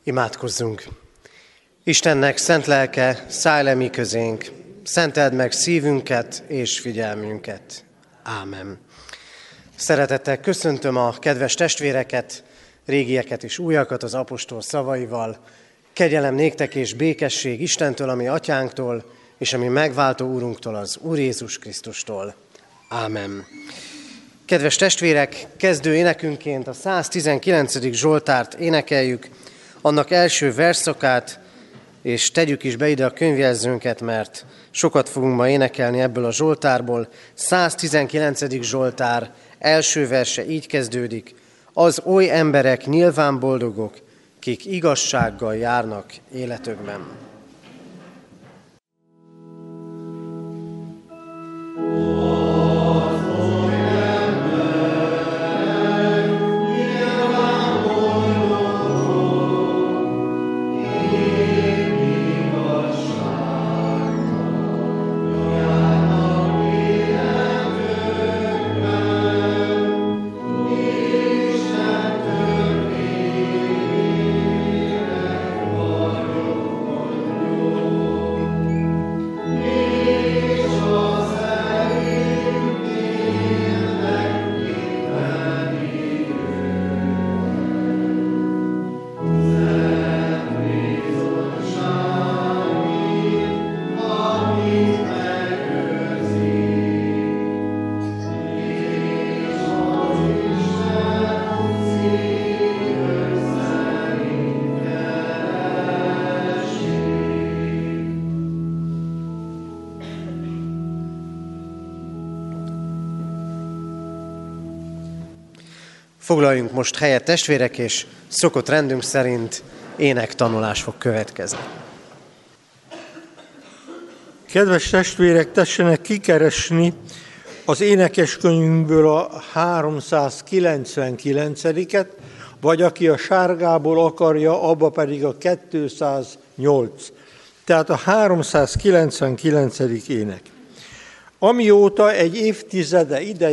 Imádkozzunk! Istennek szent lelke, szállj le mi közénk, szenteld meg szívünket és figyelmünket. Ámen. Szeretettel köszöntöm a kedves testvéreket, régieket és újakat az apostol szavaival. Kegyelem néktek és békesség Istentől, ami atyánktól, és ami megváltó úrunktól, az Úr Jézus Krisztustól. Ámen. Kedves testvérek, kezdő énekünként a 119. Zsoltárt énekeljük, annak első versszakát, és tegyük is be ide a könyvjelzőnket, mert sokat fogunk ma énekelni ebből a Zsoltárból. 119. Zsoltár első verse így kezdődik: az oly emberek nyilván boldogok, kik igazsággal járnak életükben. Foglaljunk most helyet, testvérek, és szokott rendünk szerint énektanulás fog következni. Kedves testvérek, tessenek kikeresni az énekeskönyvünkből a 399-et, vagy aki a sárgából akarja, abba pedig a 208. Tehát a 399. ének. Amióta egy évtizede ide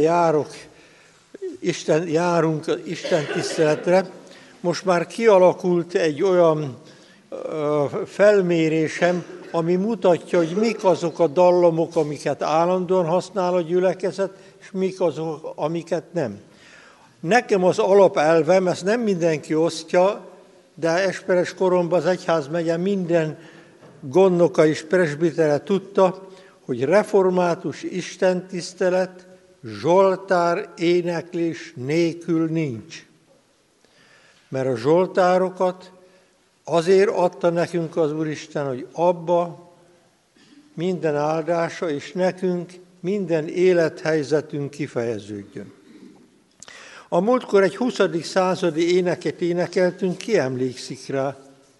járunk Isten tiszteletre, most már kialakult egy olyan felmérésem, ami mutatja, hogy mik azok a dallamok, amiket állandóan használ a gyülekezet, és mik azok, amiket nem. Nekem az alapelvem, ezt nem mindenki osztja, de esperes koromban az egyházmegye minden gondnoka és presbitere tudta, hogy református istentisztelet zsoltár éneklés nélkül nincs. Mert a zsoltárokat azért adta nekünk az Úristen, hogy abba minden áldása, és nekünk minden élethelyzetünk kifejeződjön. A múltkor egy 20. századi éneket énekeltünk, ki emlékszik rá?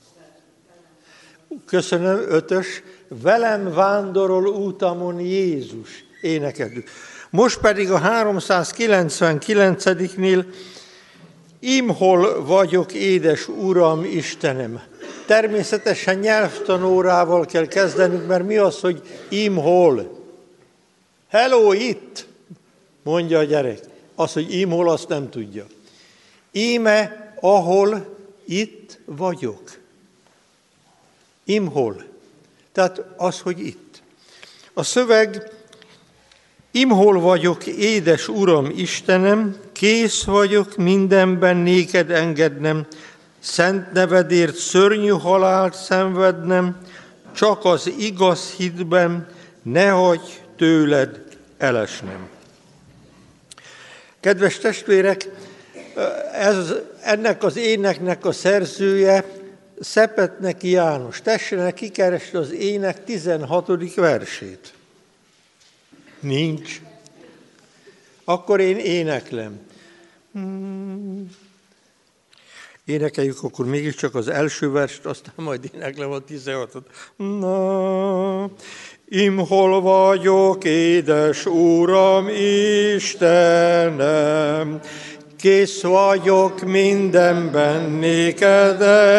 Köszönöm, 5-ös. Velem vándorol útamon Jézus énekeltük. Most pedig a 399-nél Imhol vagyok, édes Uram, Istenem. Természetesen nyelvtanórával kell kezdenünk, mert mi az, hogy Imhol? Hello, itt, mondja a gyerek. Az, hogy Imhol, azt nem tudja. Íme, ahol itt vagyok. Imhol. Tehát az, hogy itt. A szöveg: Imhol vagyok, édes Uram, Istenem, kész vagyok mindenben néked engednem, szent nevedért szörnyű halált szenvednem, csak az igaz hitben ne hagyj tőled elesnem. Kedves testvérek, ennek az éneknek a szerzője Szepetneki János. Tessenek kikeresni az ének 16. versét. Nincs. Akkor én éneklem. Énekeljük akkor mégiscsak az első verset, aztán majd éneklem a 16-ot. Na, imhol vagyok, édes Uram, Istenem, kész vagyok mindenben néked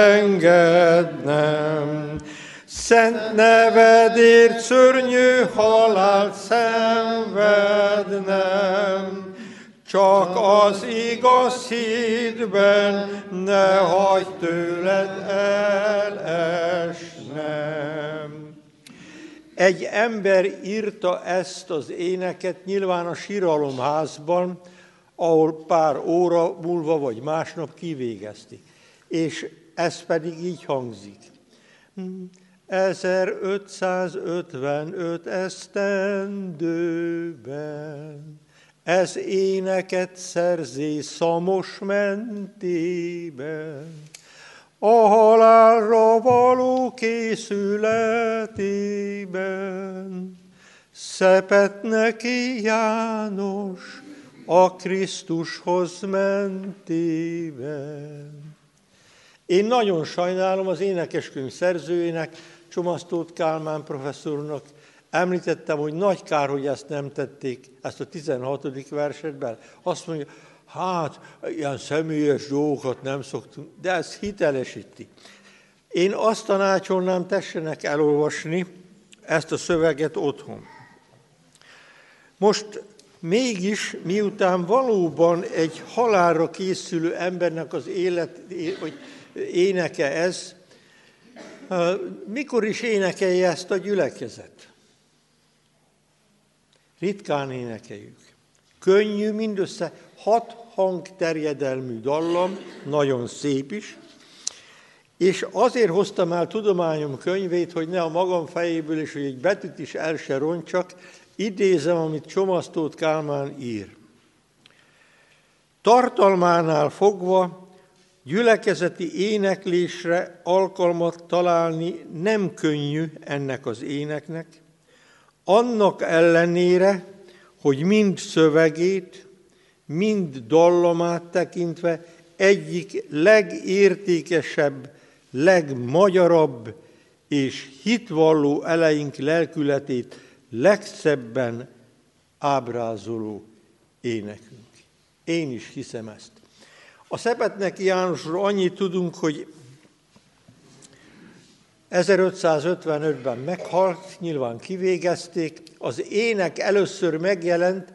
engednem. Szent nevedért szörnyű halált szenvednem, csak az igaz hitben ne hagyd tőled elesnem. Egy ember írta ezt az éneket nyilván a síralomházban, ahol pár óra múlva vagy másnap kivégezték. És ez pedig így hangzik. 1555 esztendőben ez éneket szerzé Szamos mentében, a halálra való készületében. Szepet neki János a Krisztushoz mentében. Én nagyon sajnálom az énekeskönyv szerzőjének, Csomasztóth Kálmán professzornak. Említettem, hogy nagy kár, hogy ezt nem tették, ezt a 16. versetben. Azt mondja, hát ilyen személyes dolgokat nem szoktunk, de ez hitelesíti. Én azt tanácsolnám, tessenek elolvasni ezt a szöveget otthon. Most mégis, miután valóban egy halálra készülő embernek az éneke ez, mikor is énekelje ezt a gyülekezet? Ritkán énekeljük. Könnyű, mindössze 6 hangterjedelmű dallam, nagyon szép is, és azért hoztam el Tudományom könyvét, hogy ne a magam fejéből is, hogy egy betűt is el se roncsak, idézem, amit Csomasztóth Kálmán ír. Tartalmánál fogva gyülekezeti éneklésre alkalmat találni nem könnyű ennek az éneknek, annak ellenére, hogy mind szövegét, mind dallamát tekintve egyik legértékesebb, legmagyarabb és hitvalló eleink lelkületét legszebben ábrázoló énekünk. Én is hiszem ezt. A Szepetneki Jánosról annyit tudunk, hogy 1555-ben meghalt, nyilván kivégezték, az ének először megjelent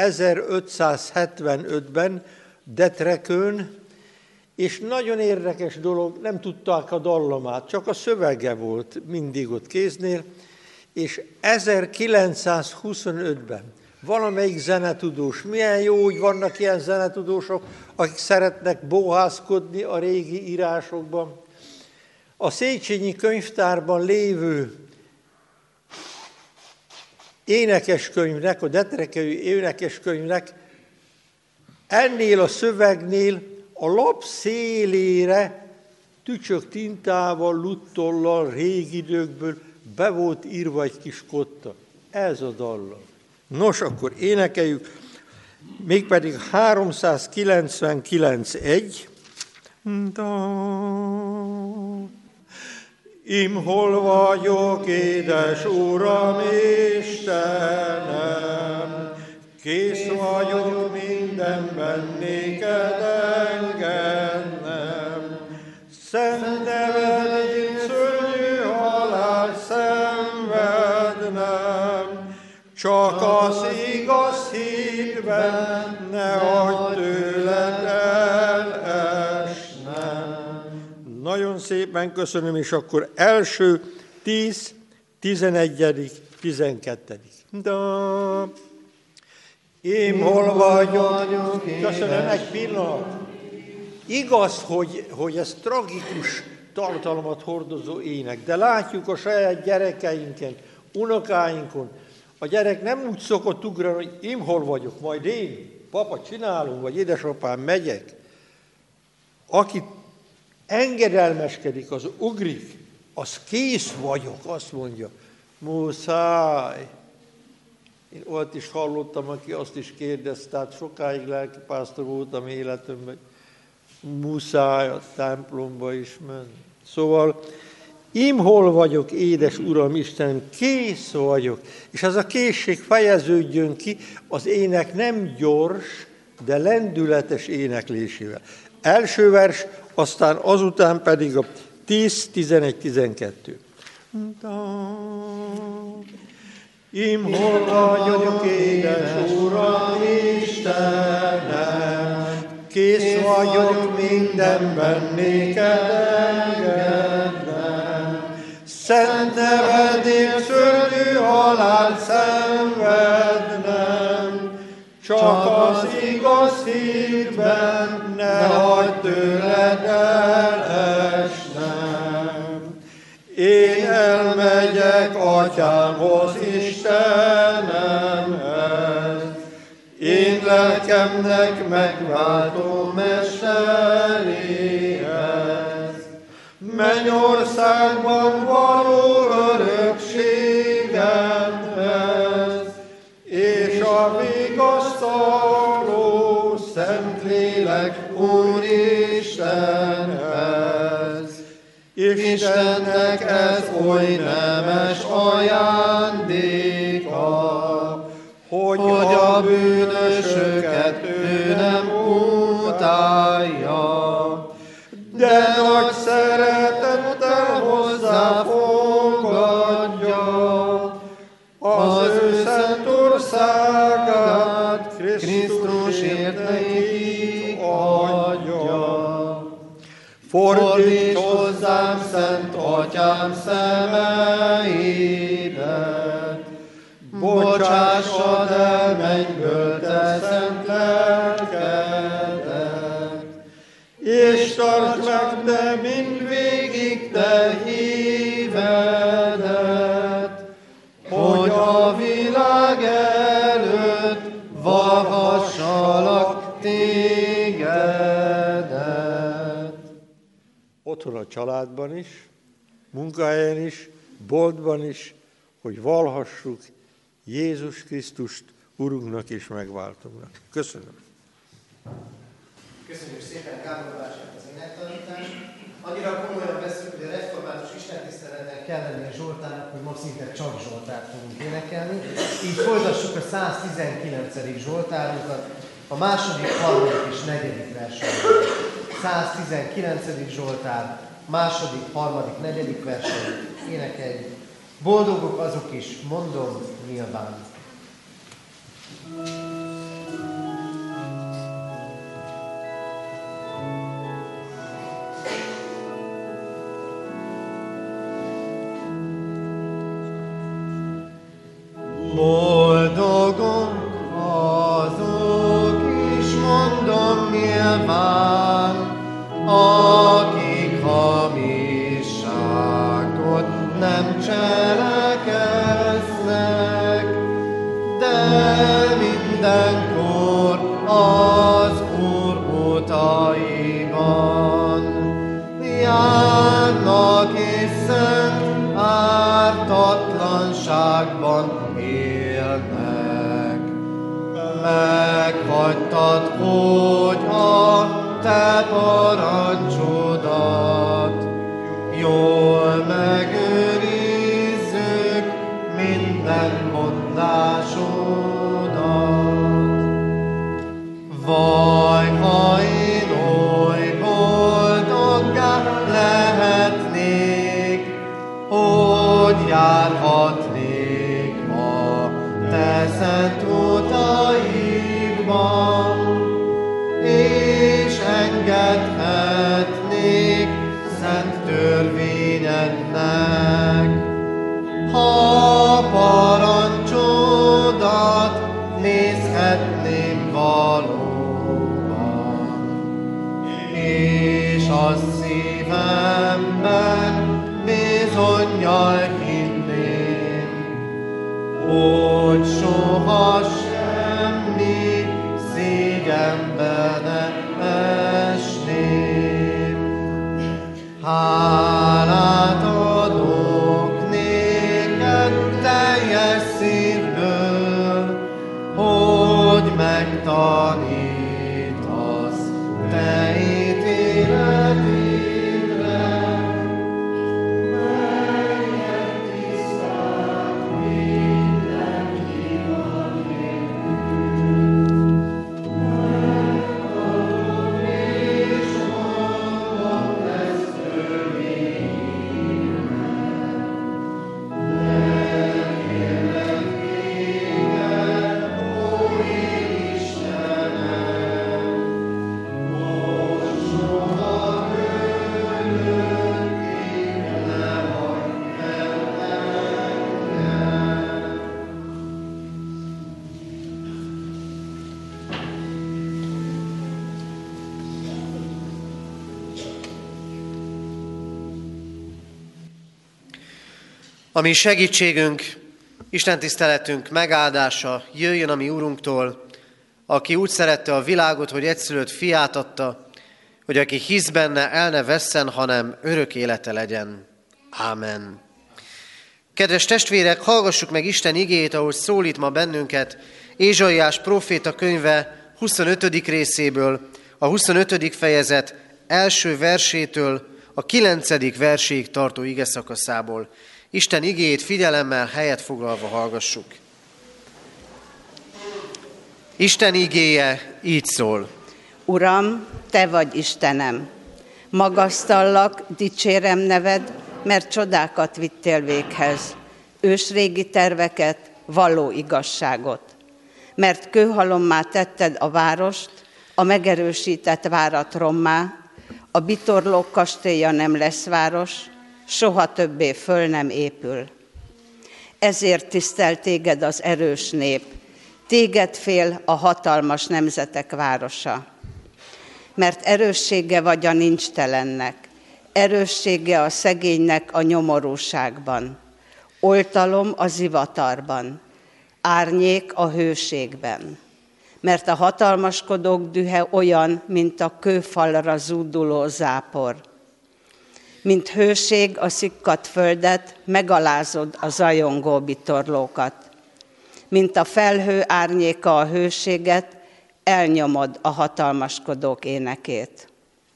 1575-ben Detrekőn, és nagyon érdekes dolog, nem tudták a dallamát, csak a szövege volt mindig ott kéznél, és 1925-ben valamelyik zenetudós, milyen jó, hogy vannak ilyen zenetudósok, akik szeretnek bohászkodni a régi írásokban. A Széchenyi könyvtárban lévő énekeskönyvnek, a Detrekői énekeskönyvnek ennél a szövegnél a lap szélére tücsök tintával, luttollal, régi időkből be volt írva egy kis kotta. Ez a dallam. Nos, akkor énekeljük, mégpedig 399.1. Hol vagyok, édes Uram, Istenem, kész vagyok mindenben néked engednem. Szent nevedén szörnyű halál szenvednem, csak az igaz hitben ne hagyd tőled elesnem. Nagyon szépen köszönöm, és akkor első 10, 11., 12. Da. Én hol vagyok? Köszönöm, egy pillanat. Igaz, hogy ez tragikus tartalmat hordozó ének, de látjuk a saját gyerekeinken, unokáinkon, a gyerek nem úgy szokott ugrani, hogy én hol vagyok, majd én, papa, csinálom, vagy édesapám, megyek. Aki engedelmeskedik, az ugrik, az kész vagyok, azt mondja, muszáj. Én olyat is hallottam, aki azt is kérdezte, tehát sokáig lelkipásztor voltam életemben, muszáj a templomba is menni. Szóval, én hol vagyok, édes Uram Istenem, kész vagyok. És ez a készség fejeződjön ki az ének nem gyors, de lendületes éneklésével. Első vers, aztán azután pedig a 10, 11, 12. Hol vagyok, édes Uram Istenem, vagyok mindenben néked engednem. Szent nevedék szörnyű halált szenvednem, csak az igaz hírben ne hagyd tőled elesnem. Én elmegyek Atyámhoz, Istenemhez, én lelkemnek megváltó mesteréhez. Mennyországban való örökségemhez, és a vigasztaló Szentlélek Úristenhez. Istennek ez oly nemes ajándéka, hogy a bűnösöket ő nem utálja, de nagy szeretettel hozzáfogadja az ő szent országát, Krisztusért neki adja. Fordíts hozzám, Szent Atyám, szemeidet, bocsássad el mennyből te szent lelkedet, és tartsd meg te mindvégig te hívedet, hogy a világ előtt vallhassalak tégedet. Otthon a családban is, munkahelyen is, boltban is, hogy vallhassuk Jézus Krisztust Urunknak és megváltónknak. Köszönöm. Köszönjük szépen Gábor bácsinak az énektanítást. Annyira komolyan veszünk, hogy a református istentiszteleten kell lenni a Zsoltárnak, hogy ma szinte csak Zsoltárt fogunk énekelni. Így folytassuk a 119. Zsoltárunkat, a második, harmadik és negyedik versenyen. 119. Zsoltár, második, harmadik, negyedik verseny, énekeljük. Boldogok azok is, mondom nyilván. Boldogok azok is, mondom nyilván, akik hamisságot nem cselekeznek, de mindenkor az Úr utaiban járnak és szent ártatlanságban élnek. Meghagytad, hogy a te parancsodat jól megőrizzük minden mondásodat. Vaj, ha én oly boldoggá lehetnék, hogy járhatnék a te szent utaidban, és engedhetnék szent törvényednek. Ha parancsodat nézhetném valóban, és a szívemben bizonnyal hinném, hogy soha semmi szégyenbe ne esném. Hálát adok néked teljes szívből, hogy megtanítasz te ítéletedre, melyet tisztát mindenki van megadom és mondom lesz törvényed. De kérlek téged, ó Istenem, Ami segítségünk, Isten tiszteletünk megáldása jöjjön a mi Urunktól, aki úgy szerette a világot, hogy egyszülött fiát adta, hogy aki hisz benne, el ne vesszen, hanem örök élete legyen. Ámen. Kedves testvérek, hallgassuk meg Isten igéjét, ahogy szólít ma bennünket Ézsaiás próféta könyve 25. részéből, a 25. fejezet első versétől a 9. verséig tartó igeszakaszából. Isten igéjét figyelemmel, helyet foglalva hallgassuk. Isten igéje így szól. Uram, Te vagy Istenem, magasztallak, dicsérem neved, mert csodákat vittél véghez, ősrégi terveket, való igazságot. Mert kőhalommá tetted a várost, a megerősített várat rommá, a bitorlók kastélya nem lesz város, soha többé föl nem épül. Ezért tisztel téged az erős nép, téged fél a hatalmas nemzetek városa. Mert erőssége vagy a nincstelennek, erőssége a szegénynek a nyomorúságban, oltalom a zivatarban, árnyék a hőségben. Mert a hatalmaskodók dühe olyan, mint a kőfalra zúduló zápor. Mint hőség a szikkadt földet, megalázod a zajongó bitorlókat. Mint a felhő árnyéka a hőséget, elnyomod a hatalmaskodók énekét.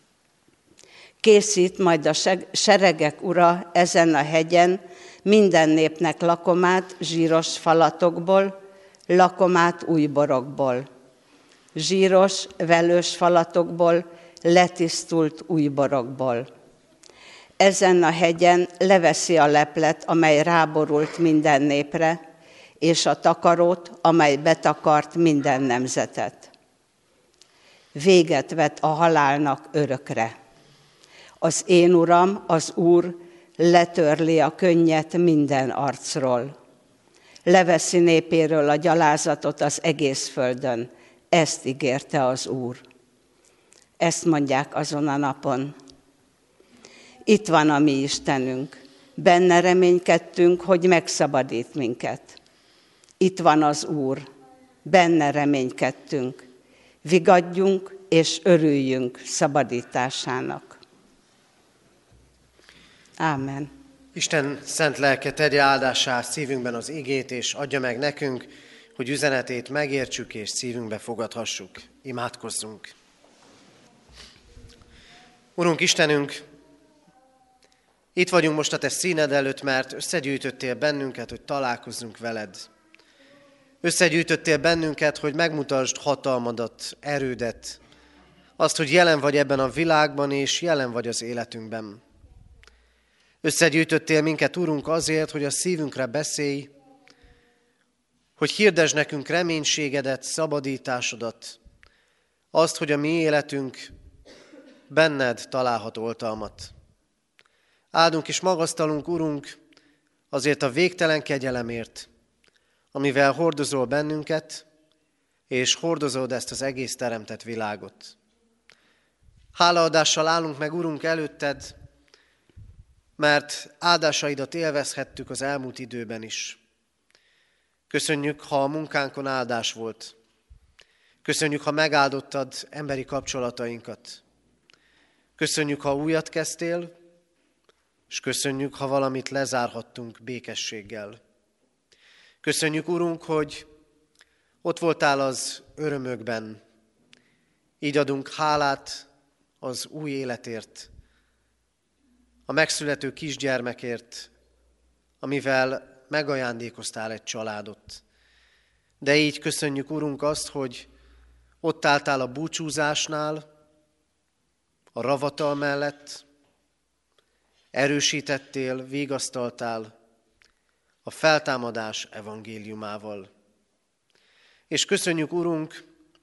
Készít majd a seregek ura ezen a hegyen minden népnek lakomát zsíros falatokból, lakomát új borokból. Zsíros, velős falatokból, letisztult új borokból. Ezen a hegyen leveszi a leplet, amely ráborult minden népre, és a takarót, amely betakart minden nemzetet. Véget vet a halálnak örökre. Az én Uram, az Úr letörli a könnyet minden arcról. Leveszi népéről a gyalázatot az egész földön. Ezt ígérte az Úr. Ezt mondják azon a napon. Itt van a mi Istenünk. Benne reménykedtünk, hogy megszabadít minket. Itt van az Úr. Benne reménykedtünk. Vigadjunk és örüljünk szabadításának. Ámen. Isten szent lelke tegye áldássá szívünkben az igét, és adja meg nekünk, hogy üzenetét megértsük és szívünkbe fogadhassuk. Imádkozzunk. Urunk Istenünk, itt vagyunk most a Te színed előtt, mert összegyűjtöttél bennünket, hogy találkozzunk veled. Összegyűjtöttél bennünket, hogy megmutasd hatalmadat, erődet, azt, hogy jelen vagy ebben a világban, és jelen vagy az életünkben. Összegyűjtöttél minket, Urunk, azért, hogy a szívünkre beszélj, hogy hirdesd nekünk reménységedet, szabadításodat, azt, hogy a mi életünk benned találhat oltalmat. Áldunk és magasztalunk, Urunk, azért a végtelen kegyelemért, amivel hordozol bennünket, és hordozod ezt az egész teremtett világot. Hálaadással állunk meg, Urunk, előtted, mert áldásaidat élvezhettük az elmúlt időben is. Köszönjük, ha a munkánkon áldás volt. Köszönjük, ha megáldottad emberi kapcsolatainkat. Köszönjük, ha újat kezdtél, és köszönjük, ha valamit lezárhattunk békességgel. Köszönjük, Urunk, hogy ott voltál az örömökben. Így adunk hálát az új életért, a megszülető kisgyermekért, amivel megajándékoztál egy családot. De így köszönjük, Urunk, azt, hogy ott álltál a búcsúzásnál, a ravatal mellett, erősítettél, vigasztaltál a feltámadás evangéliumával. És köszönjük, Urunk,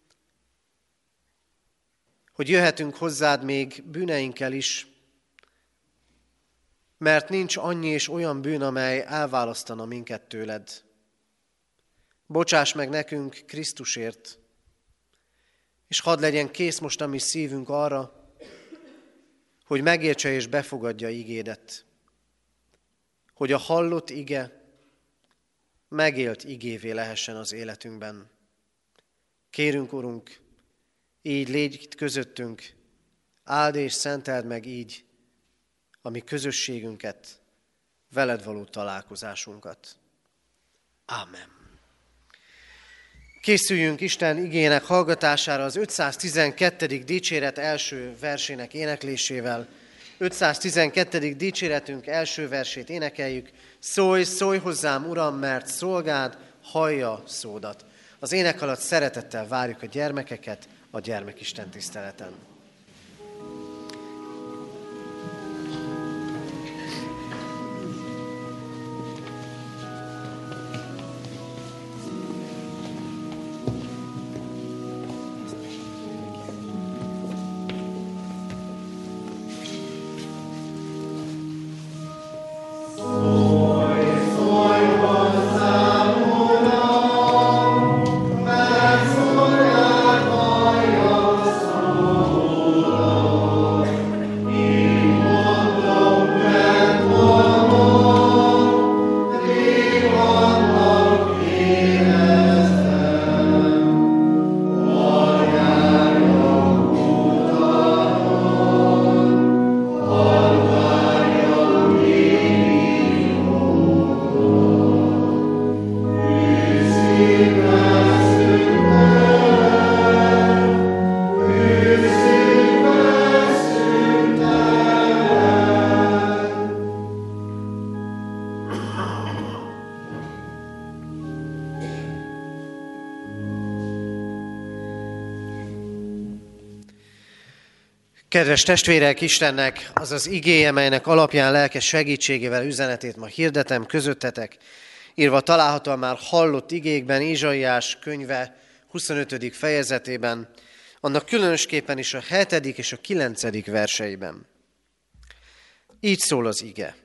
hogy jöhetünk hozzád még bűneinkkel is, mert nincs annyi és olyan bűn, amely elválasztana minket tőled. Bocsáss meg nekünk Krisztusért, és hadd legyen kész most a mi szívünk arra, hogy megértse és befogadja igédet. hogy a hallott ige megélt igévé lehessen az életünkben. Kérünk, Urunk, így légy itt közöttünk, áld és szenteld meg így a mi közösségünket, veled való találkozásunkat. Ámen. Készüljünk Isten igének hallgatására az 512. dicséret első versének éneklésével. 512. dicséretünk első versét énekeljük. Szólj, szólj hozzám, Uram, mert szolgád hallja szódat. Az ének alatt szeretettel várjuk a gyermekeket a gyermekisten tiszteleten. Kedves testvérek, Istennek az az igéje, melynek alapján lelkes segítségével üzenetét ma hirdetem közöttetek, írva található a már hallott igékben, Ézsaiás könyve 25. fejezetében, annak különösképpen is a 7. és a 9. verseiben. Így szól az ige.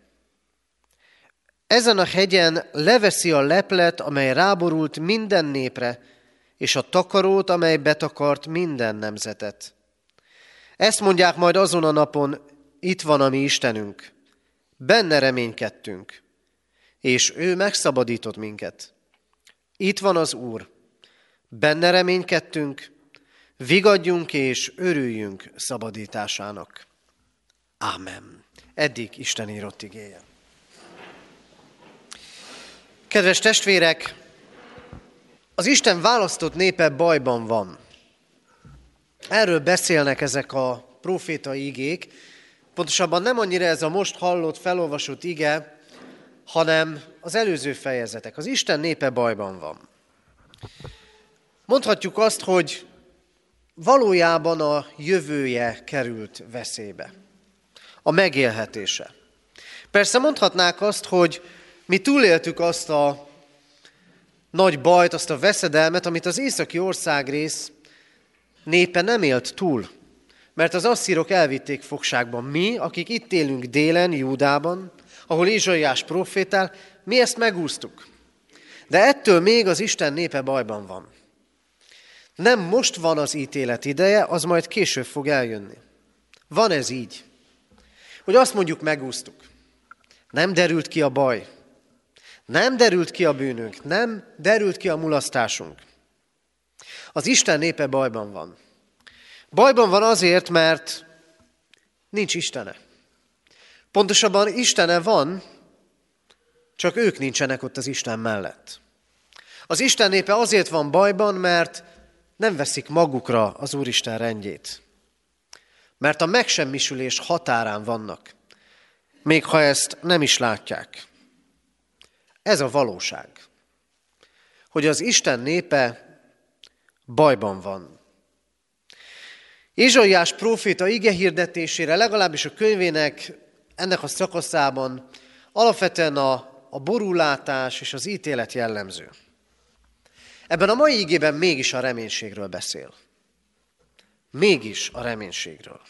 Ezen a hegyen leveszi a leplet, amely ráborult minden népre, és a takarót, amely betakart minden nemzetet. Ezt mondják majd azon a napon, itt van a mi Istenünk, benne reménykedtünk, és ő megszabadított minket. Itt van az Úr, benne reménykedtünk, vigadjunk és örüljünk szabadításának. Ámen. Eddig Isten írott igéje. Kedves testvérek, az Isten választott népe bajban van. Erről beszélnek ezek a prófétai igék. Pontosabban nem annyira ez a most hallott, felolvasott ige, hanem az előző fejezetek. Az Isten népe bajban van. Mondhatjuk azt, hogy valójában a jövője került veszélybe. A megélhetése. Persze mondhatnák azt, hogy mi túléltük azt a nagy bajt, azt a veszedelmet, amit az északi országrész népe nem élt túl, mert az asszírok elvitték fogságban. Mi, akik itt élünk délen, Júdában, ahol Ézsaiás profétál, mi ezt megúsztuk. De ettől még az Isten népe bajban van. Nem most van az ítélet ideje, az majd később fog eljönni. Van ez így, hogy azt mondjuk, megúsztuk. Nem derült ki a baj, nem derült ki a bűnünk, nem derült ki a mulasztásunk. Az Isten népe bajban van. Bajban van azért, mert nincs Istene. Pontosabban Istene van, csak ők nincsenek ott az Isten mellett. Az Isten népe azért van bajban, mert nem veszik magukra az Úristen rendjét. Mert a megsemmisülés határán vannak, még ha ezt nem is látják. Ez a valóság, hogy az Isten népe bajban van. Ézsaiás próféta ige hirdetésére, legalábbis a könyvének ennek a szakaszában alapvetően a borúlátás és az ítélet jellemző. Ebben a mai igében mégis a reménységről beszél. Mégis a reménységről.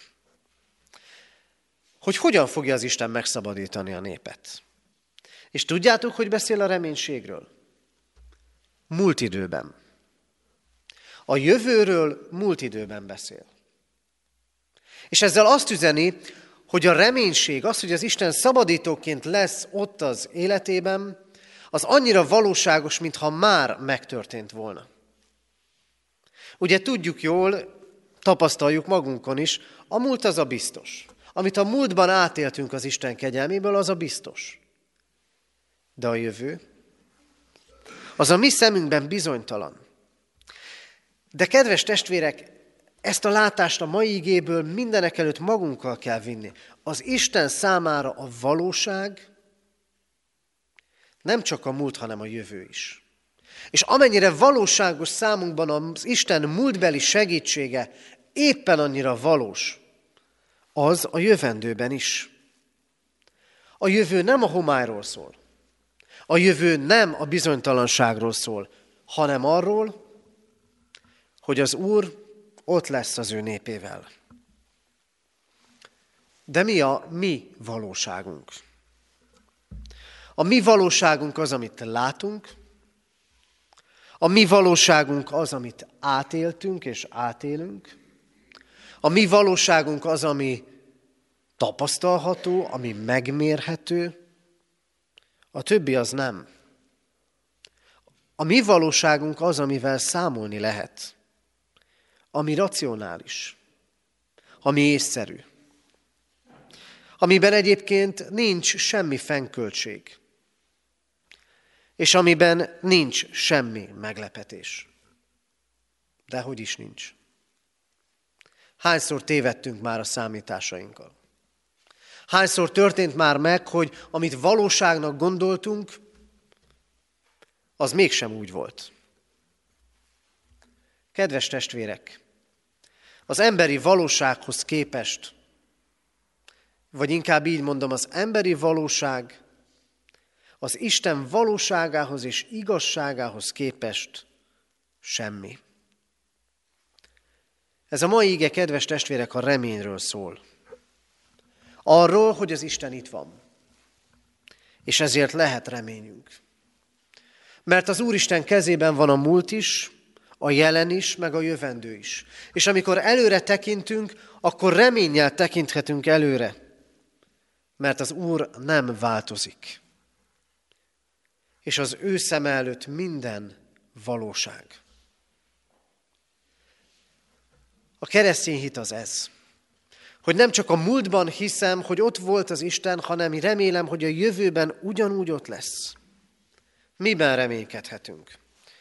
Hogy hogyan fogja az Isten megszabadítani a népet. És tudjátok, hogy beszél a reménységről? Múlt időben. A jövőről múlt időben beszél. És ezzel azt üzeni, hogy a reménység, az, hogy az Isten szabadítóként lesz ott az életében, az annyira valóságos, mintha már megtörtént volna. Ugye tudjuk jól, tapasztaljuk magunkon is, a múlt az a biztos. Amit a múltban átéltünk az Isten kegyelméből, az a biztos. De a jövő, az a mi szemünkben bizonytalan. De kedves testvérek, ezt a látást a mai igéből mindenekelőtt magunkkal kell vinni. Az Isten számára a valóság nem csak a múlt, hanem a jövő is. És amennyire valóságos számunkban az Isten múltbeli segítsége, éppen annyira valós az a jövendőben is. A jövő nem a homályról szól. A jövő nem a bizonytalanságról szól, hanem arról, hogy az Úr ott lesz az ő népével. De mi a mi valóságunk? A mi valóságunk az, amit látunk, a mi valóságunk az, amit átéltünk és átélünk, a mi valóságunk az, ami tapasztalható, ami megmérhető, a többi az nem. A mi valóságunk az, amivel számolni lehet, ami racionális, ami észszerű, amiben egyébként nincs semmi fennköltség, és amiben nincs semmi meglepetés. Dehogy is nincs. Hányszor tévedtünk már a számításainkkal? Hányszor történt már meg, hogy amit valóságnak gondoltunk, az mégsem úgy volt. Kedves testvérek, az emberi valósághoz képest, vagy inkább így mondom, az emberi valóság az Isten valóságához és igazságához képest semmi. Ez a mai ige, kedves testvérek, a reményről szól. Arról, hogy az Isten itt van. És ezért lehet reményünk. Mert az Úristen kezében van a múlt is, a jelen is, meg a jövendő is. És amikor előre tekintünk, akkor reménnyel tekinthetünk előre. Mert az Úr nem változik. És az ő szeme előtt minden valóság. A keresztény hit az ez. Hogy nem csak a múltban hiszem, hogy ott volt az Isten, hanem remélem, hogy a jövőben ugyanúgy ott lesz. Miben reménykedhetünk?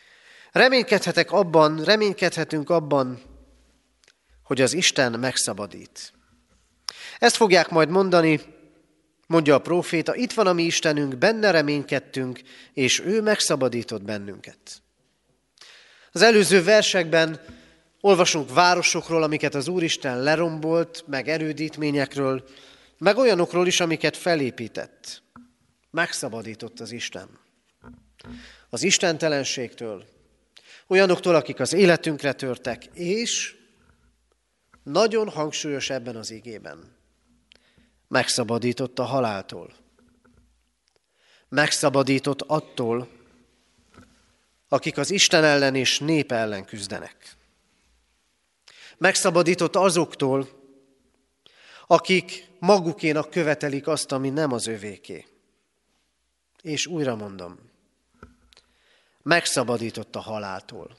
Reménykedhetünk abban, hogy az Isten megszabadít. Ezt fogják majd mondani, mondja a próféta, itt van a mi Istenünk, benne reménykedtünk, és ő megszabadított bennünket. Az előző versekben olvasunk városokról, amiket az Úristen lerombolt, meg erődítményekről, meg olyanokról is, amiket felépített. Megszabadított az Isten. Az istentelenségtől, olyanoktól, akik az életünkre törtek, és nagyon hangsúlyos ebben az igében, megszabadított a haláltól. Megszabadított attól, akik az Isten ellen és nép ellen küzdenek. Megszabadított azoktól, akik magukénak követelik azt, ami nem az övéké. És újra mondom, megszabadított a haláltól.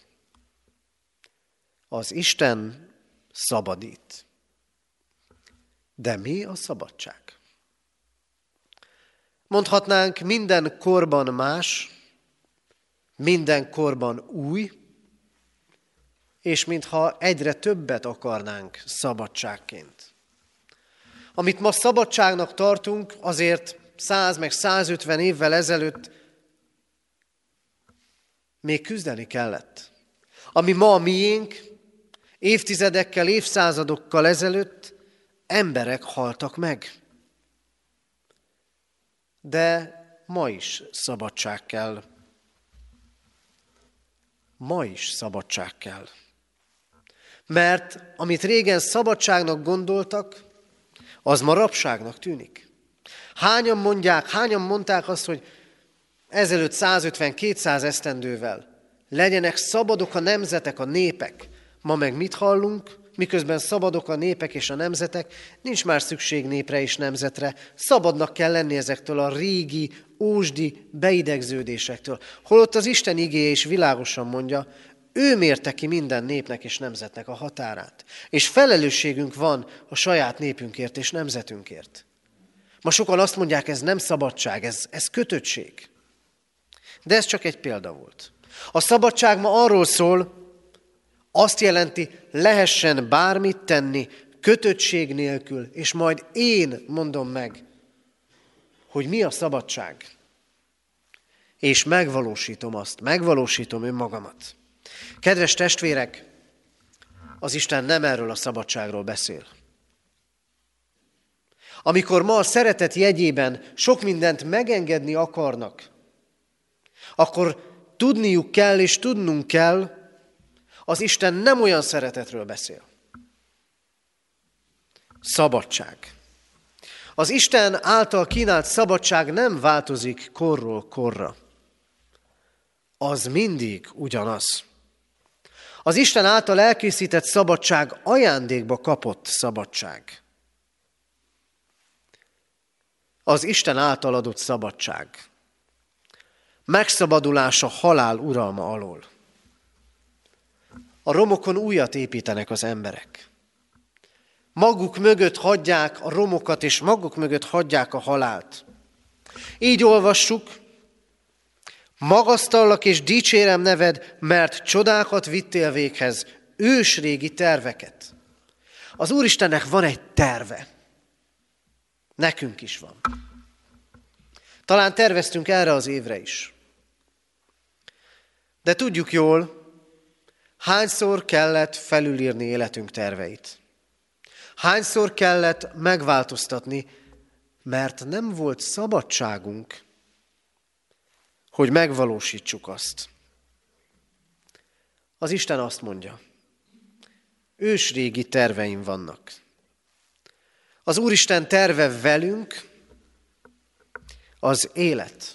Az Isten szabadít. De mi a szabadság? Mondhatnánk, minden korban más, minden korban új, és mintha egyre többet akarnánk szabadságként. Amit ma szabadságnak tartunk, azért 100 meg 150 évvel ezelőtt még küzdeni kellett. Ami ma a miénk, évtizedekkel, évszázadokkal ezelőtt emberek haltak meg. De ma is szabadság kell. Ma is szabadság kell. Mert amit régen szabadságnak gondoltak, az ma rabságnak tűnik. Hányan mondták azt, hogy ezelőtt 150-200 esztendővel legyenek szabadok a nemzetek, a népek. Ma meg mit hallunk? miközben szabadok a népek és a nemzetek, nincs már szükség népre és nemzetre. Szabadnak kell lenni ezektől a régi, ósdi beidegződésektől. Holott az Isten igéje is világosan mondja, ő mérte ki minden népnek és nemzetnek a határát. És felelősségünk van a saját népünkért és nemzetünkért. Ma sokan azt mondják, ez nem szabadság, ez kötöttség. De ez csak egy példa volt. A szabadság ma arról szól, azt jelenti, lehessen bármit tenni, kötöttség nélkül, és majd én mondom meg, hogy mi a szabadság. És megvalósítom azt, megvalósítom önmagamat. Kedves testvérek, az Isten nem erről a szabadságról beszél. Amikor ma a szeretet jegyében sok mindent megengedni akarnak, akkor tudniuk kell és tudnunk kell, az Isten nem olyan szeretetről beszél. Szabadság. Az Isten által kínált szabadság nem változik korról korra. Az mindig ugyanaz. Az Isten által elkészített szabadság ajándékba kapott szabadság. Az Isten által adott szabadság. Megszabadulás a halál uralma alól. A romokon újat építenek az emberek. Maguk mögött hagyják a romokat, és maguk mögött hagyják a halált. Így olvassuk, magasztallak és dicsérem neved, mert csodákat vittél véghez, ősrégi terveket. Az Úristennek van egy terve. Nekünk is van. Talán terveztünk erre az évre is. De tudjuk jól, hányszor kellett felülírni életünk terveit. Hányszor kellett megváltoztatni, mert nem volt szabadságunk, hogy megvalósítsuk azt. Az Isten azt mondja, ősrégi terveim vannak. Az Úristen terve velünk az élet,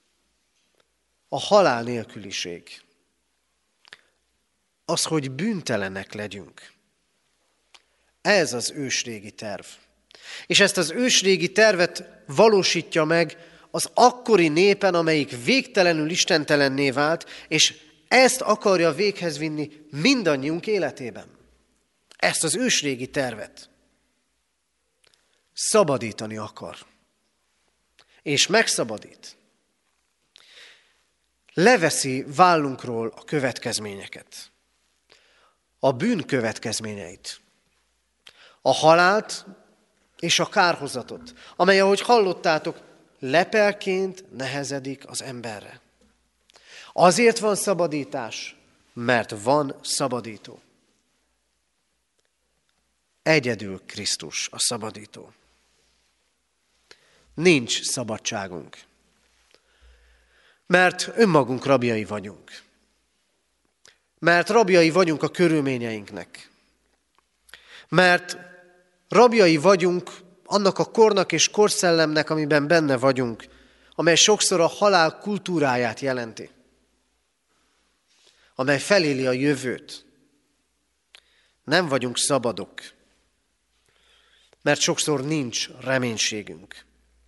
a halál nélküliség, az, hogy bűntelenek legyünk. Ez az ősrégi terv. És ezt az ősrégi tervet valósítja meg az akkori népen, amelyik végtelenül istentelenné vált, és ezt akarja véghez vinni mindannyiunk életében. Ezt az ősrégi tervet. Szabadítani akar. És megszabadít. Leveszi vállunkról a következményeket. A bűn következményeit. A halált és a kárhozatot, amely, ahogy hallottátok, lepelként nehezedik az emberre. Azért van szabadítás, mert van szabadító. Egyedül Krisztus a szabadító. Nincs szabadságunk, mert önmagunk rabjai vagyunk. Mert rabjai vagyunk a körülményeinknek. Mert rabjai vagyunk annak a kornak és korszellemnek, amiben benne vagyunk, amely sokszor a halál kultúráját jelenti, amely feléli a jövőt. Nem vagyunk szabadok, mert sokszor nincs reménységünk.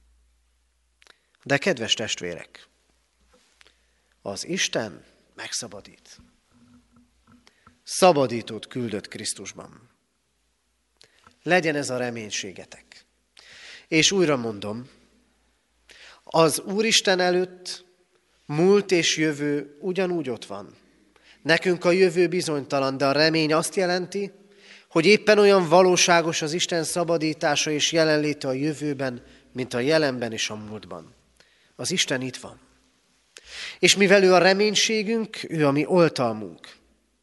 De kedves testvérek, az Isten megszabadít. Szabadítót küldött Krisztusban. Legyen ez a reménységetek. És újra mondom, az Úristen előtt múlt és jövő ugyanúgy ott van. Nekünk a jövő bizonytalan, de a remény azt jelenti, hogy éppen olyan valóságos az Isten szabadítása és jelenléte a jövőben, mint a jelenben és a múltban. Az Isten itt van. És mivel ő a reménységünk, ő a mi oltalmunk.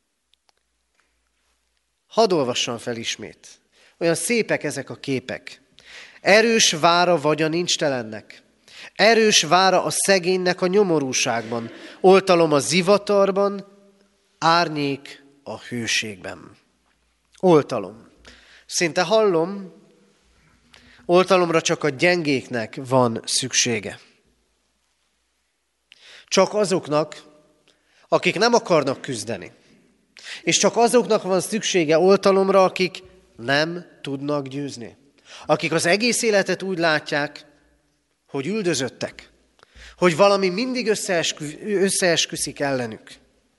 Hadd olvassam fel ismét. Olyan szépek ezek a képek. Erős vára vagy a nincstelennek. Erős vára a szegénynek a nyomorúságban. Oltalom a zivatarban, árnyék a hőségben. Oltalom. Szinte hallom, oltalomra csak a gyengéknek van szüksége. Csak azoknak, akik nem akarnak küzdeni. És csak azoknak van szüksége oltalomra, akik nem tudnak győzni. Akik az egész életet úgy látják, hogy üldözöttek, hogy valami mindig összeesküszik ellenük.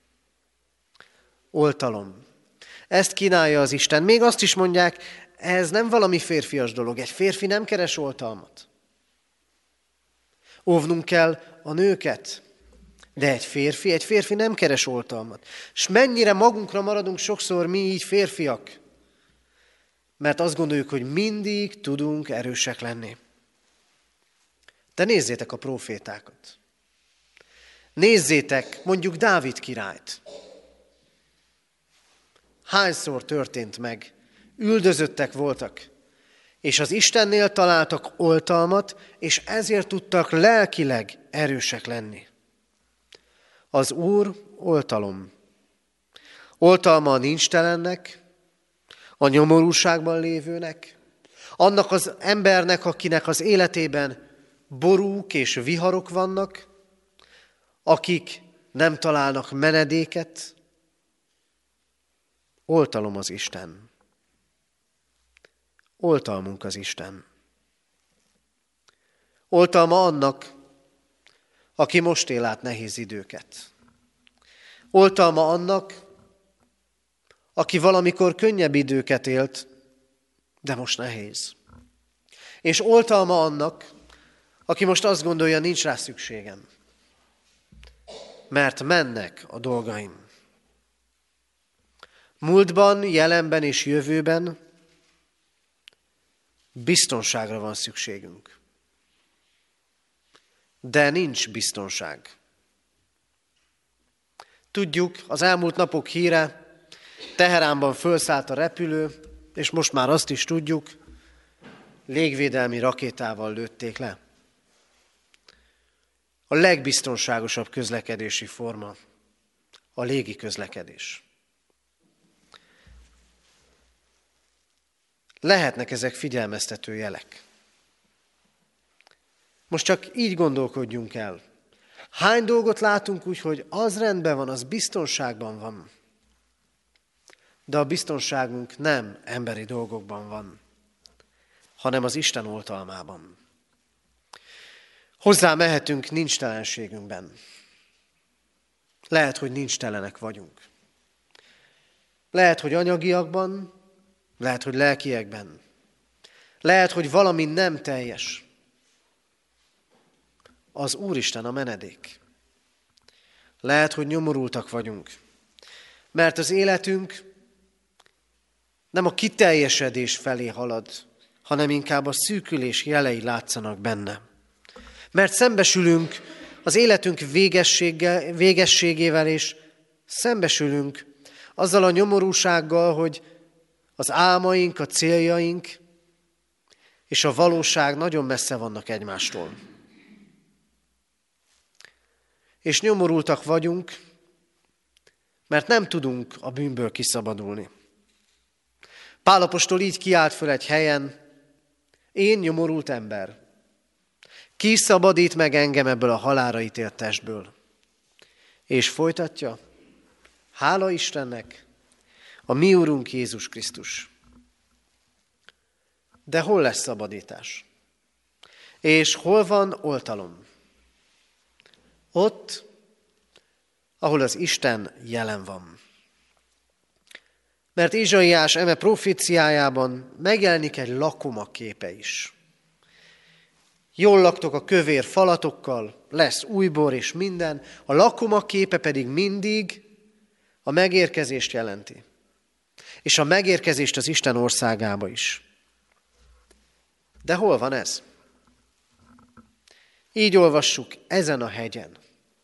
Oltalom. Ezt kínálja az Isten. Még azt is mondják, ez nem valami férfias dolog. Egy férfi nem keres oltalmat. Óvnunk kell a nőket, de egy férfi nem keres oltalmat. És mennyire magunkra maradunk sokszor mi így férfiak, mert azt gondoljuk, hogy mindig tudunk erősek lenni. De nézzétek a prófétákat. Nézzétek mondjuk Dávid királyt. Hányszor történt meg? Üldözöttek voltak, és az Istennél találtak oltalmat, és ezért tudtak lelkileg erősek lenni. Az Úr oltalom. Oltalma a nincstelennek, a nyomorúságban lévőnek, annak az embernek, akinek az életében borúk és viharok vannak, akik nem találnak menedéket. Oltalom az Isten. Oltalmunk az Isten. Oltalma annak, aki most él át nehéz időket. Oltalma annak, aki valamikor könnyebb időket élt, de most nehéz. És oltalma annak, aki most azt gondolja, nincs rá szükségem, mert mennek a dolgaim. Múltban, jelenben és jövőben biztonságra van szükségünk. De nincs biztonság. Tudjuk, az elmúlt napok híre, Teheránban fölszállt a repülő, és most már azt is tudjuk, légvédelmi rakétával lőtték le. A legbiztonságosabb közlekedési forma a légi közlekedés. Lehetnek ezek figyelmeztető jelek. Most csak így gondolkodjunk el. Hány dolgot látunk úgy, hogy az rendben van, az biztonságban van. De a biztonságunk nem emberi dolgokban van, hanem az Isten oltalmában. Hozzá mehetünk nincstelenségünkben. Lehet, hogy nincstelenek vagyunk. Lehet, hogy anyagiakban, lehet, hogy lelkiekben. Lehet, hogy valami nem teljes. Az Úristen a menedék. Lehet, hogy nyomorultak vagyunk, mert az életünk nem a kiteljesedés felé halad, hanem inkább a szűkülés jelei látszanak benne. Mert szembesülünk az életünk végességével, és szembesülünk azzal a nyomorúsággal, hogy az álmaink, a céljaink és a valóság nagyon messze vannak egymástól. És nyomorultak vagyunk, mert nem tudunk a bűnből kiszabadulni. Pál apostol így kiált föl egy helyen: én nyomorult ember, ki szabadít meg engem ebből a halálra ítélt testből? És folytatja: hála Istennek, a mi Úrunk Jézus Krisztus. De hol lesz szabadítás? És hol van oltalom? Ott, ahol az Isten jelen van. Mert Ézsaiás eme proféciájában megjelenik egy lakoma képe is. Jól laktok a kövér falatokkal, lesz új bor és minden, a lakoma képe pedig mindig a megérkezést jelenti. És a megérkezést az Isten országába is. De hol van ez? Így olvassuk, ezen a hegyen.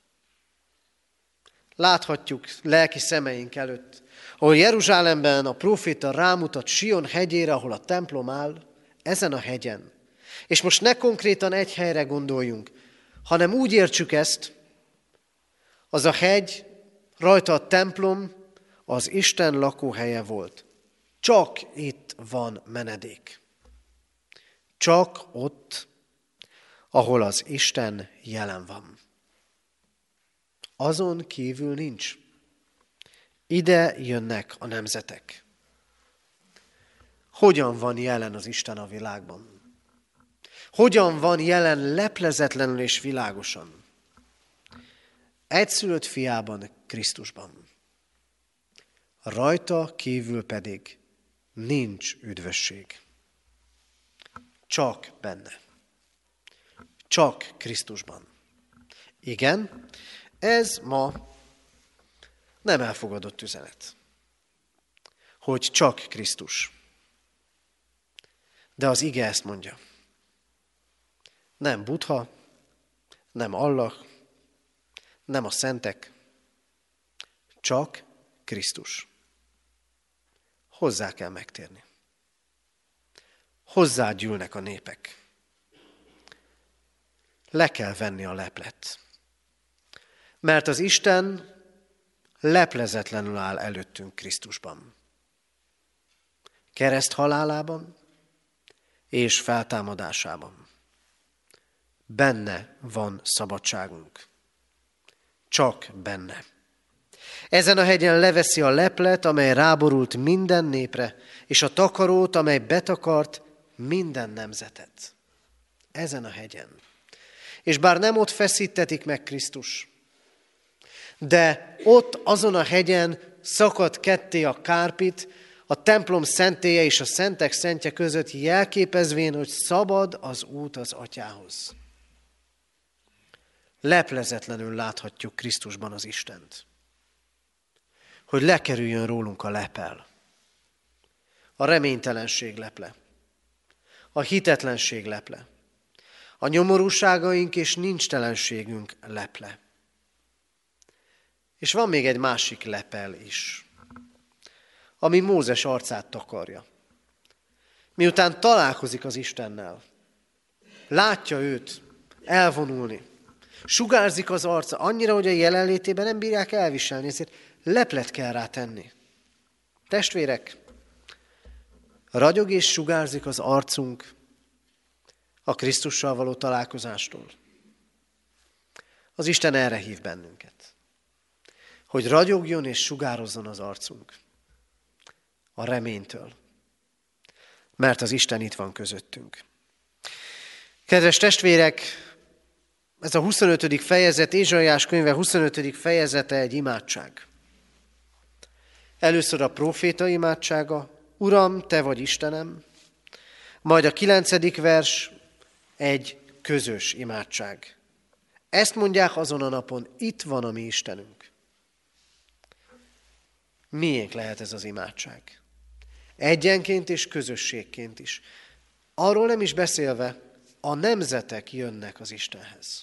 Láthatjuk lelki szemeink előtt, ahol Jeruzsálemben a próféta rámutat Sion hegyére, ahol a templom áll, ezen a hegyen. És most ne konkrétan egy helyre gondoljunk, hanem úgy értsük ezt, az a hegy, rajta a templom, az Isten lakóhelye volt. Csak itt van menedék. Csak ott, ahol az Isten jelen van. Azon kívül nincs. Ide jönnek a nemzetek. Hogyan van jelen az Isten a világban? Hogyan van jelen leplezetlenül és világosan? Egyszülött fiában, Krisztusban. Rajta kívül pedig nincs üdvösség. Csak benne. Csak Krisztusban. Igen, ez ma nem elfogadott üzenet, hogy csak Krisztus. De az ige ezt mondja. Nem Buddha, nem Allah, nem a szentek, csak Krisztus. Hozzá kell megtérni. Hozzá gyűlnek a népek. Le kell venni a leplet. Mert az Isten leplezetlenül áll előttünk Krisztusban. Kereszt halálában és feltámadásában. Benne van szabadságunk. Csak benne. Ezen a hegyen leveszi a leplet, amely ráborult minden népre, és a takarót, amely betakart minden nemzetet. Ezen a hegyen. És bár nem ott feszítetik meg Krisztus, de ott azon a hegyen szakad ketté a kárpit, a templom szentélye és a szentek szentje között, jelképezvén, hogy szabad az út az Atyához. Leplezetlenül láthatjuk Krisztusban az Istent. Hogy lekerüljön rólunk a lepel. A reménytelenség leple. A hitetlenség leple. A nyomorúságaink és nincstelenségünk leple. És van még egy másik lepel is, ami Mózes arcát takarja. Miután találkozik az Istennel, látja őt elvonulni, sugárzik az arca annyira, hogy a jelenlétében nem bírják elviselni, ezért leplet kell rá tenni. Testvérek, ragyog és sugárzik az arcunk a Krisztussal való találkozástól. Az Isten erre hív bennünket, hogy ragyogjon és sugározzon az arcunk a reménytől, mert az Isten itt van közöttünk. Kedves testvérek, ez a 25. fejezet, Ézsaiás könyve 25. fejezete egy imádság. Először a próféta imádsága, Uram, Te vagy Istenem, majd a 9. vers egy közös imádság. Ezt mondják azon a napon, itt van a mi Istenünk. Miénk lehet ez az imádság? Egyenként és közösségként is. Arról nem is beszélve, a nemzetek jönnek az Istenhez.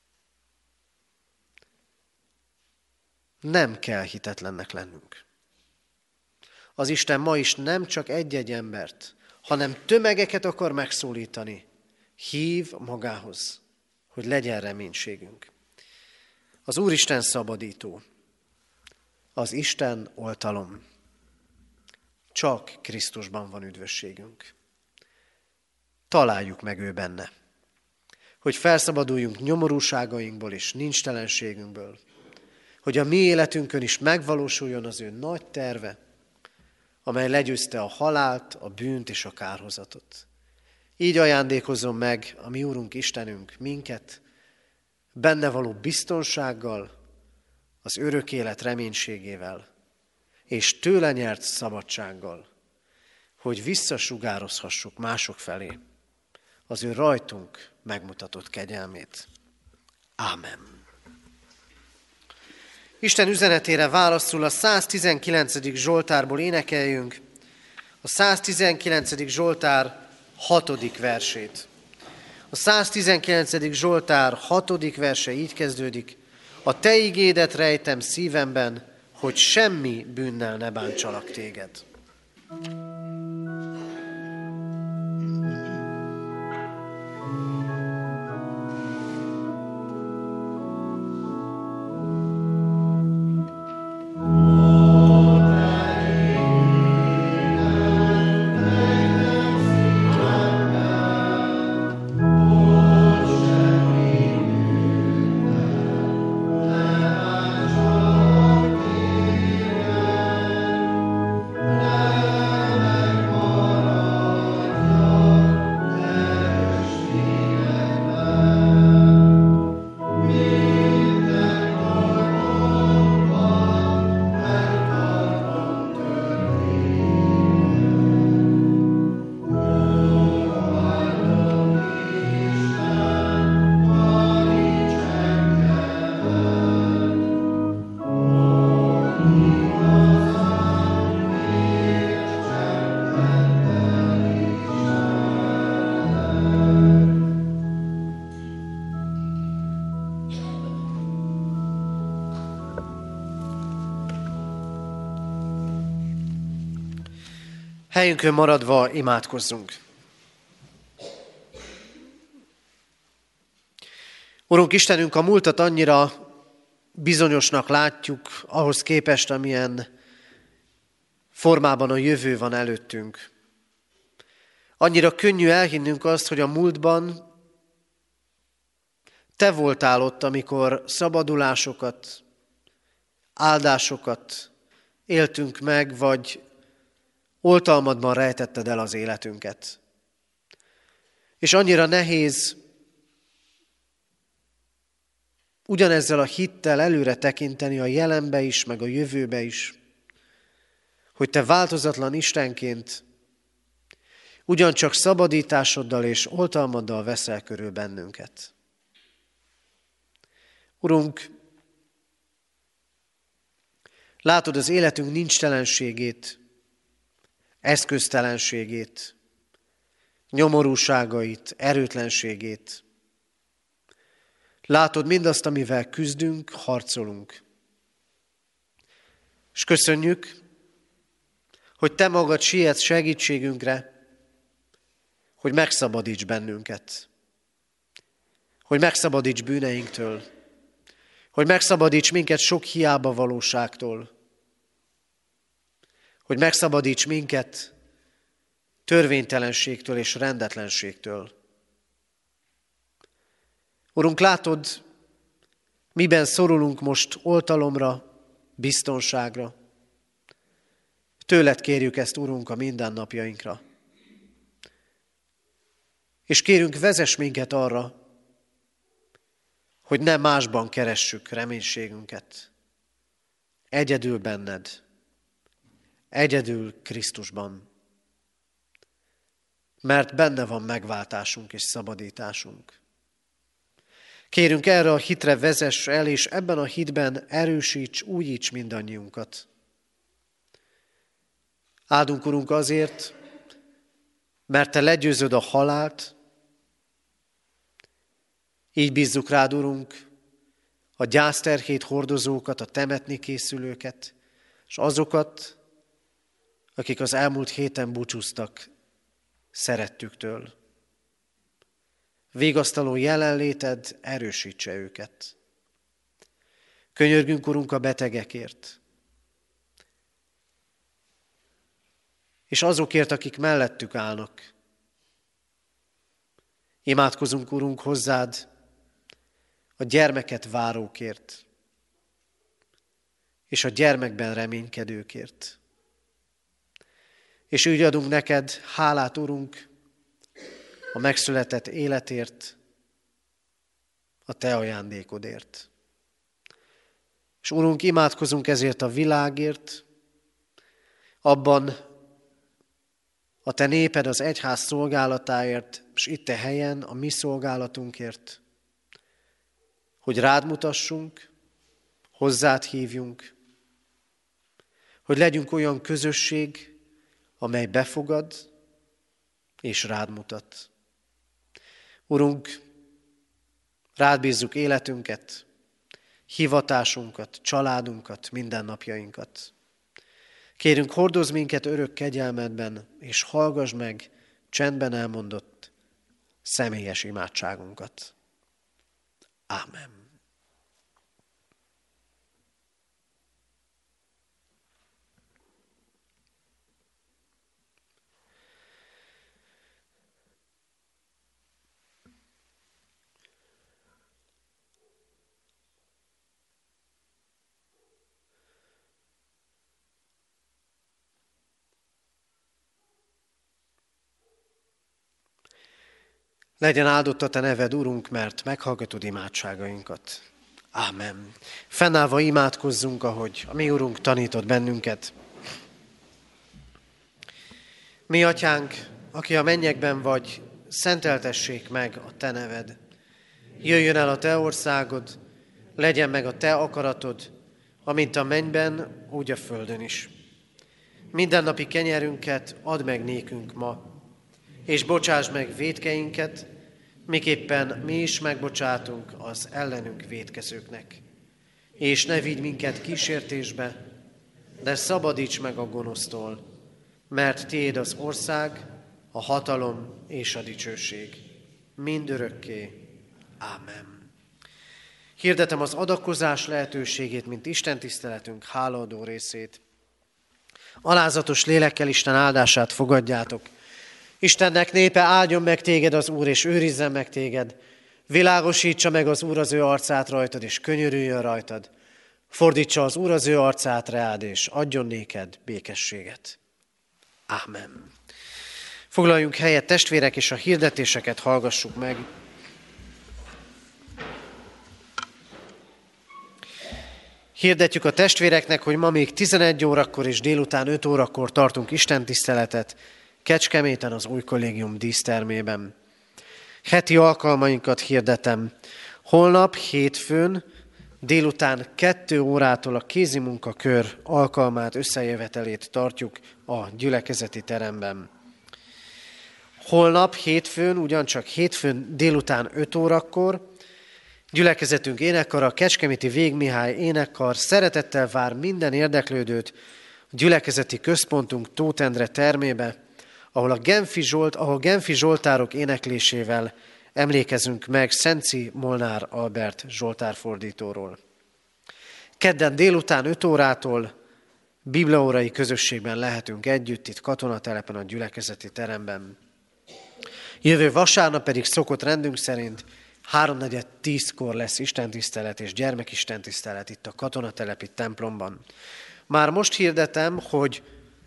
Nem kell hitetlennek lennünk. Az Isten ma is nem csak egy-egy embert, hanem tömegeket akar megszólítani. Hív magához, hogy legyen reménységünk. Az Úristen szabadító. Az Isten oltalom. Csak Krisztusban van üdvösségünk. Találjuk meg ő benne, hogy felszabaduljunk nyomorúságainkból és nincstelenségünkből, hogy a mi életünkön is megvalósuljon az ő nagy terve, amely legyőzte a halált, a bűnt és a kárhozatot. Így ajándékozzon meg a mi Úrunk Istenünk minket, benne való biztonsággal, az örök élet reménységével, és tőle nyert szabadsággal, hogy visszasugározhassuk mások felé az ő rajtunk megmutatott kegyelmét. Ámen. Isten üzenetére válaszul a 119. Zsoltárból énekeljünk, a 119. Zsoltár 6. versét. A 119. Zsoltár 6. verse így kezdődik: a te igédet rejtem szívemben, hogy semmi bűnnel ne bántsalak téged. Helyünkön maradva imádkozzunk. Urunk Istenünk, a múltat annyira bizonyosnak látjuk, ahhoz képest, amilyen formában a jövő van előttünk. Annyira könnyű elhinnünk azt, hogy a múltban Te voltál ott, amikor szabadulásokat, áldásokat éltünk meg, vagy oltalmadban rejtetted el az életünket. És annyira nehéz ugyanezzel a hittel előre tekinteni a jelenbe is, meg a jövőbe is, hogy Te változatlan Istenként ugyancsak szabadításoddal és oltalmaddal veszel körül bennünket. Urunk, látod az életünk nincstelenségét, eszköztelenségét, nyomorúságait, erőtlenségét. Látod mindazt, amivel küzdünk, harcolunk. És köszönjük, hogy Te magad sietsz segítségünkre, hogy megszabadíts bennünket, hogy megszabadíts bűneinktől, hogy megszabadíts minket sok hiába valóságtól, hogy megszabadíts minket törvénytelenségtől és rendetlenségtől. Urunk, látod, miben szorulunk most oltalomra, biztonságra. Tőled kérjük ezt, Urunk, a mindennapjainkra. És kérünk, vezess minket arra, hogy ne másban keressük reménységünket. Egyedül benned, egyedül Krisztusban. Mert benne van megváltásunk és szabadításunk. Kérünk, erre a hitre vezess el, és ebben a hitben erősíts, újíts mindannyiunkat. Áldunk, Urunk, azért, mert Te legyőzöd a halált, így bízzuk rád, Urunk, a gyászterhét hordozókat, a temetni készülőket, és azokat, akik az elmúlt héten búcsúztak szerettüktől. Végasztaló jelenléted erősítse őket. Könyörgünk, Urunk, a betegekért, és azokért, akik mellettük állnak. Imádkozunk, Urunk, hozzád a gyermeket várókért, és a gyermekben reménykedőkért. És úgy adunk neked hálát, Urunk, a megszületett életért, a Te ajándékodért. És Urunk, imádkozunk ezért a világért, abban a Te néped az egyház szolgálatáért, és itt a helyen a mi szolgálatunkért, hogy rád mutassunk, hozzád hívjunk, hogy legyünk olyan közösség, amely befogad és rád mutat. Urunk, rád bízzuk életünket, hivatásunkat, családunkat, mindennapjainkat. Kérünk, hordozz minket örök kegyelmedben, és hallgass meg csendben elmondott személyes imádságunkat. Ámen. Legyen áldott a Te neved, Urunk, mert meghallgatod imádságainkat. Ámen. Fennállva imádkozzunk, ahogy a mi Urunk tanított bennünket. Mi Atyánk, aki a mennyekben vagy, szenteltessék meg a Te neved. Jöjjön el a Te országod, legyen meg a Te akaratod, amint a mennyben, úgy a földön is. Mindennapi kenyerünket add meg nékünk ma, és bocsáss meg vétkeinket, miképpen mi is megbocsátunk az ellenünk vétkezőknek. És ne vigy minket kísértésbe, de szabadíts meg a gonosztól, mert tiéd az ország, a hatalom és a dicsőség. Mindörökké. Ámen. Hirdetem az adakozás lehetőségét, mint Isten tiszteletünk hálaadó részét. Alázatos lélekkel Isten áldását fogadjátok. Istennek népe, áldjon meg téged az Úr, és őrizzen meg téged. Világosítsa meg az Úr az ő arcát rajtad, és könyörüljön rajtad. Fordítsa az Úr az ő arcát reád, és adjon néked békességet. Ámen. Foglaljunk helyet, testvérek, és a hirdetéseket hallgassuk meg. Hirdetjük a testvéreknek, hogy ma még 11 órakor és délután 5 órakor tartunk istentiszteletet Kecskeméten az Új Kollégium dísztermében. Heti alkalmainkat hirdetem. Holnap, hétfőn, délután 2 órától a kézimunkakör alkalmát, összejövetelét tartjuk a gyülekezeti teremben. Holnap, hétfőn, ugyancsak hétfőn délután 5 órakor gyülekezetünk énekkara, a Kecskeméti Vég Mihály énekkar szeretettel vár minden érdeklődőt a gyülekezeti központunk Tóth Endre termébe, ahol Genfi Zsoltárok éneklésével emlékezünk meg Szenci Molnár Albert zsoltárfordítóról. Kedden délután 5 órától bibliaórai közösségben lehetünk együtt itt Katonatelepen a gyülekezeti teremben. Jövő vasárnap pedig szokott rendünk szerint 3:4-10-kor lesz istentisztelet és gyermekistentisztelet itt a Katonatelepi templomban. Már most hirdetem, hogy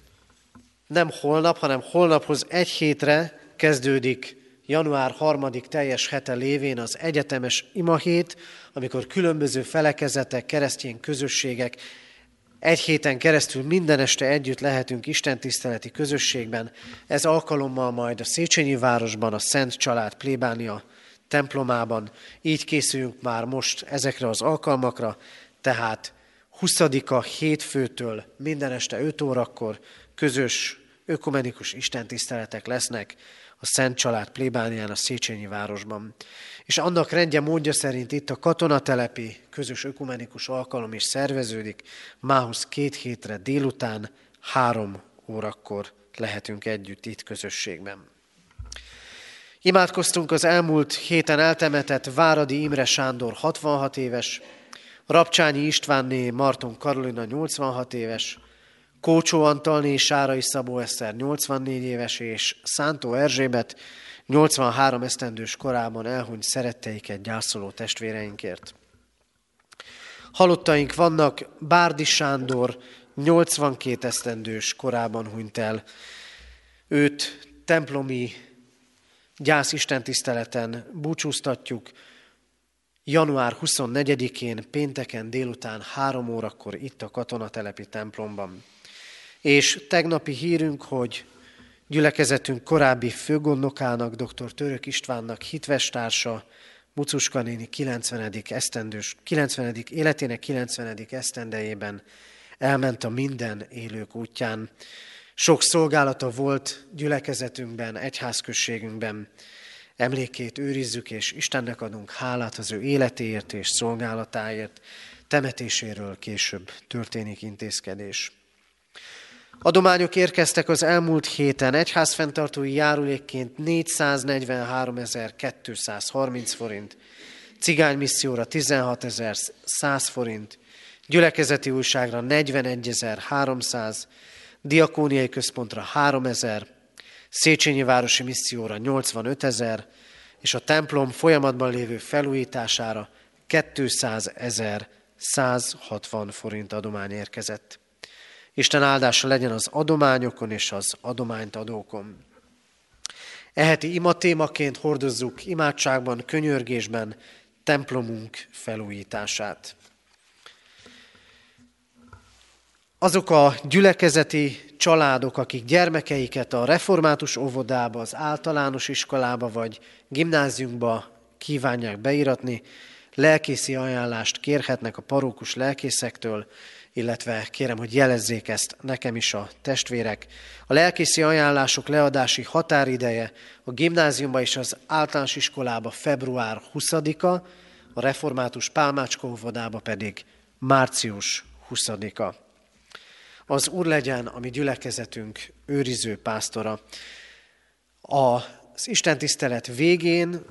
nem holnap, hanem holnaphoz egy hétre kezdődik január 3. teljes hete lévén az egyetemes imahét, amikor különböző felekezetek, keresztény közösségek egy héten keresztül minden este együtt lehetünk istentiszteleti közösségben. Ez alkalommal majd a Széchenyi városban, a Szent Család plébánia templomában. Így készüljünk már most ezekre az alkalmakra, tehát 20-a hétfőtől minden este 5 órakor közös ökumenikus istentiszteletek lesznek a Szent Család plébánián a Széchenyi városban. És annak rendje módja szerint itt a Katonatelepi közös ökumenikus alkalom is szerveződik. Mához 2 hétre délután 3 órakor lehetünk együtt itt közösségben. Imádkoztunk az elmúlt héten eltemetett Váradi Imre Sándor 66 éves, Rapcsányi Istvánné Marton Karolina 86 éves, Kócsó Antalné Sárai Szabó Eszter 84 éves, és Szántó Erzsébet 83 esztendős korában elhunyt szeretteiket gyászoló testvéreinkért. Halottaink vannak, Bárdi Sándor 82 esztendős korában hunyt el. Őt templomi gyászistentiszteleten búcsúztatjuk január 24-én pénteken délután 3 órakor itt a Katonatelepi templomban. És tegnapi hírünk, hogy gyülekezetünk korábbi főgondnokának, dr. Török Istvánnak hitvestársa, Mucuska néni 90. életének 90. esztendejében elment a minden élők útján. Sok szolgálata volt gyülekezetünkben, egyházközségünkben. Emlékét őrizzük, és Istennek adunk hálát az ő életéért és szolgálatáért. Temetéséről később történik intézkedés. Adományok érkeztek az elmúlt héten. Egyházfenntartói járulékként 443.230 forint, cigánymisszióra 16.100 forint, gyülekezeti újságra 41.300, diakóniai központra 3.000, Széchenyi városi misszióra 85.000, és a templom folyamatban lévő felújítására 200.160 forint adomány érkezett. Isten áldása legyen az adományokon és az adományt adókon. Eheti imatémaként hordozzuk imádságban, könyörgésben templomunk felújítását. Azok a gyülekezeti családok, akik gyermekeiket a református óvodába, az általános iskolába vagy gimnáziumba kívánják beiratni, lelkészi ajánlást kérhetnek a parókus lelkészektől, illetve kérem, hogy jelezzék ezt nekem is a testvérek. A lelkészi ajánlások leadási határideje a gimnáziumba és az általános iskolába február 20-a, a református Pálmácska óvodába pedig március 20-a. Az Úr legyen a mi gyülekezetünk őriző pásztora. Az Isten tisztelet végén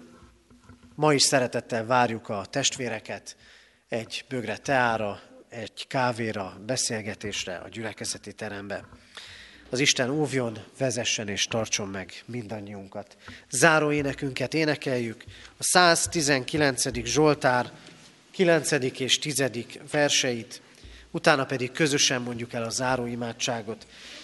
ma is szeretettel várjuk a testvéreket egy bögre teára, egy kávéra, beszélgetésre a gyülekezeti terembe. Az Isten óvjon, vezessen és tartson meg mindannyiunkat. Záró énekünket énekeljük, a 119. Zsoltár 9. és 10. verseit, utána pedig közösen mondjuk el a záró imádságot.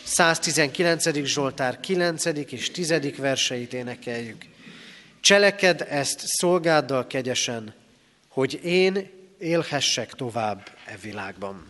119. Zsoltár 9. és 10. verseit énekeljük. Cselekedd ezt szolgáddal kegyesen, hogy én élhessek tovább e világban.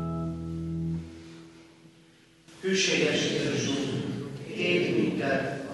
Hűséges Jézus Úr, tégy minket